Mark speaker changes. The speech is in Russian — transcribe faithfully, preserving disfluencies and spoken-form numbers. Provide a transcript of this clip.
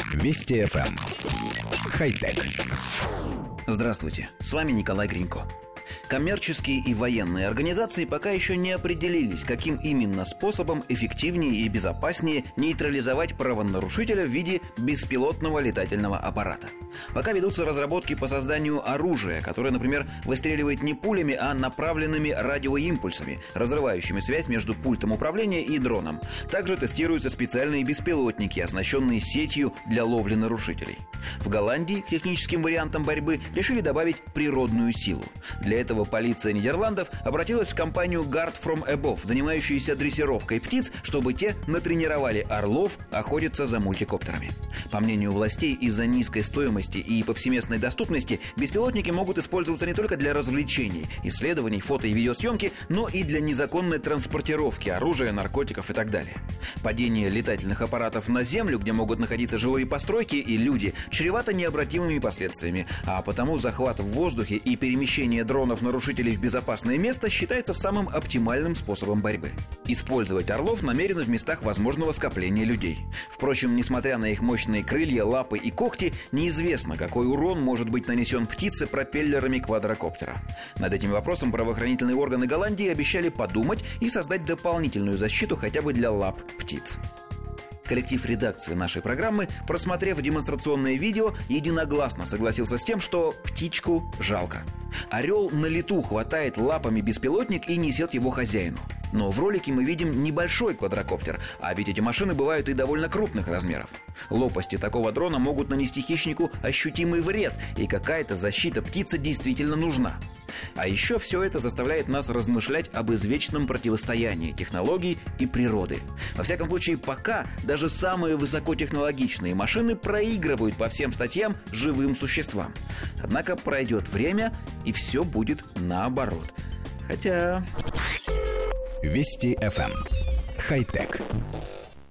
Speaker 1: Вести эф эм. Хай-тек.
Speaker 2: Здравствуйте, с вами Николай Гринько. Коммерческие и военные организации пока еще не определились, каким именно способом эффективнее и безопаснее нейтрализовать правонарушителя в виде беспилотного летательного аппарата. Пока ведутся разработки по созданию оружия, которое, например, выстреливает не пулями, а направленными радиоимпульсами, разрывающими связь между пультом управления и дроном. Также тестируются специальные беспилотники, оснащенные сетью для ловли нарушителей. В Голландии к техническим вариантам борьбы решили добавить природную силу. Для этого полиция Нидерландов обратилась в компанию Guard from Above, занимающуюся дрессировкой птиц, чтобы те натренировали орлов охотиться за мультикоптерами. По мнению властей, из-за низкой стоимости и повсеместной доступности беспилотники могут использоваться не только для развлечений, исследований, фото- и видеосъемки, но и для незаконной транспортировки оружия, наркотиков и так далее. Падение летательных аппаратов на землю, где могут находиться жилые постройки и люди, чревато необратимыми последствиями, а потому захват в воздухе и перемещение дронов-нарушителей в безопасное место считается самым оптимальным способом борьбы. Использовать орлов намерены в местах возможного скопления людей. Впрочем, несмотря на их мощные крылья, лапы и когти, неизвестно, какой урон может быть нанесен птице пропеллерами квадрокоптера. Над этим вопросом правоохранительные органы Голландии обещали подумать и создать дополнительную защиту хотя бы для лап птиц. Коллектив редакции нашей программы, просмотрев демонстрационное видео, единогласно согласился с тем, что птичку жалко. Орел на лету хватает лапами беспилотник и несет его хозяину. Но в ролике мы видим небольшой квадрокоптер, а ведь эти машины бывают и довольно крупных размеров. Лопасти такого дрона могут нанести хищнику ощутимый вред, и какая-то защита птицы действительно нужна. А еще все это заставляет нас размышлять об извечном противостоянии технологий и природы. Во всяком случае, пока даже самые высокотехнологичные машины проигрывают по всем статьям живым существам. Однако пройдет время, и все будет наоборот. Хотя...
Speaker 1: Вести эф эм. Хай-тек.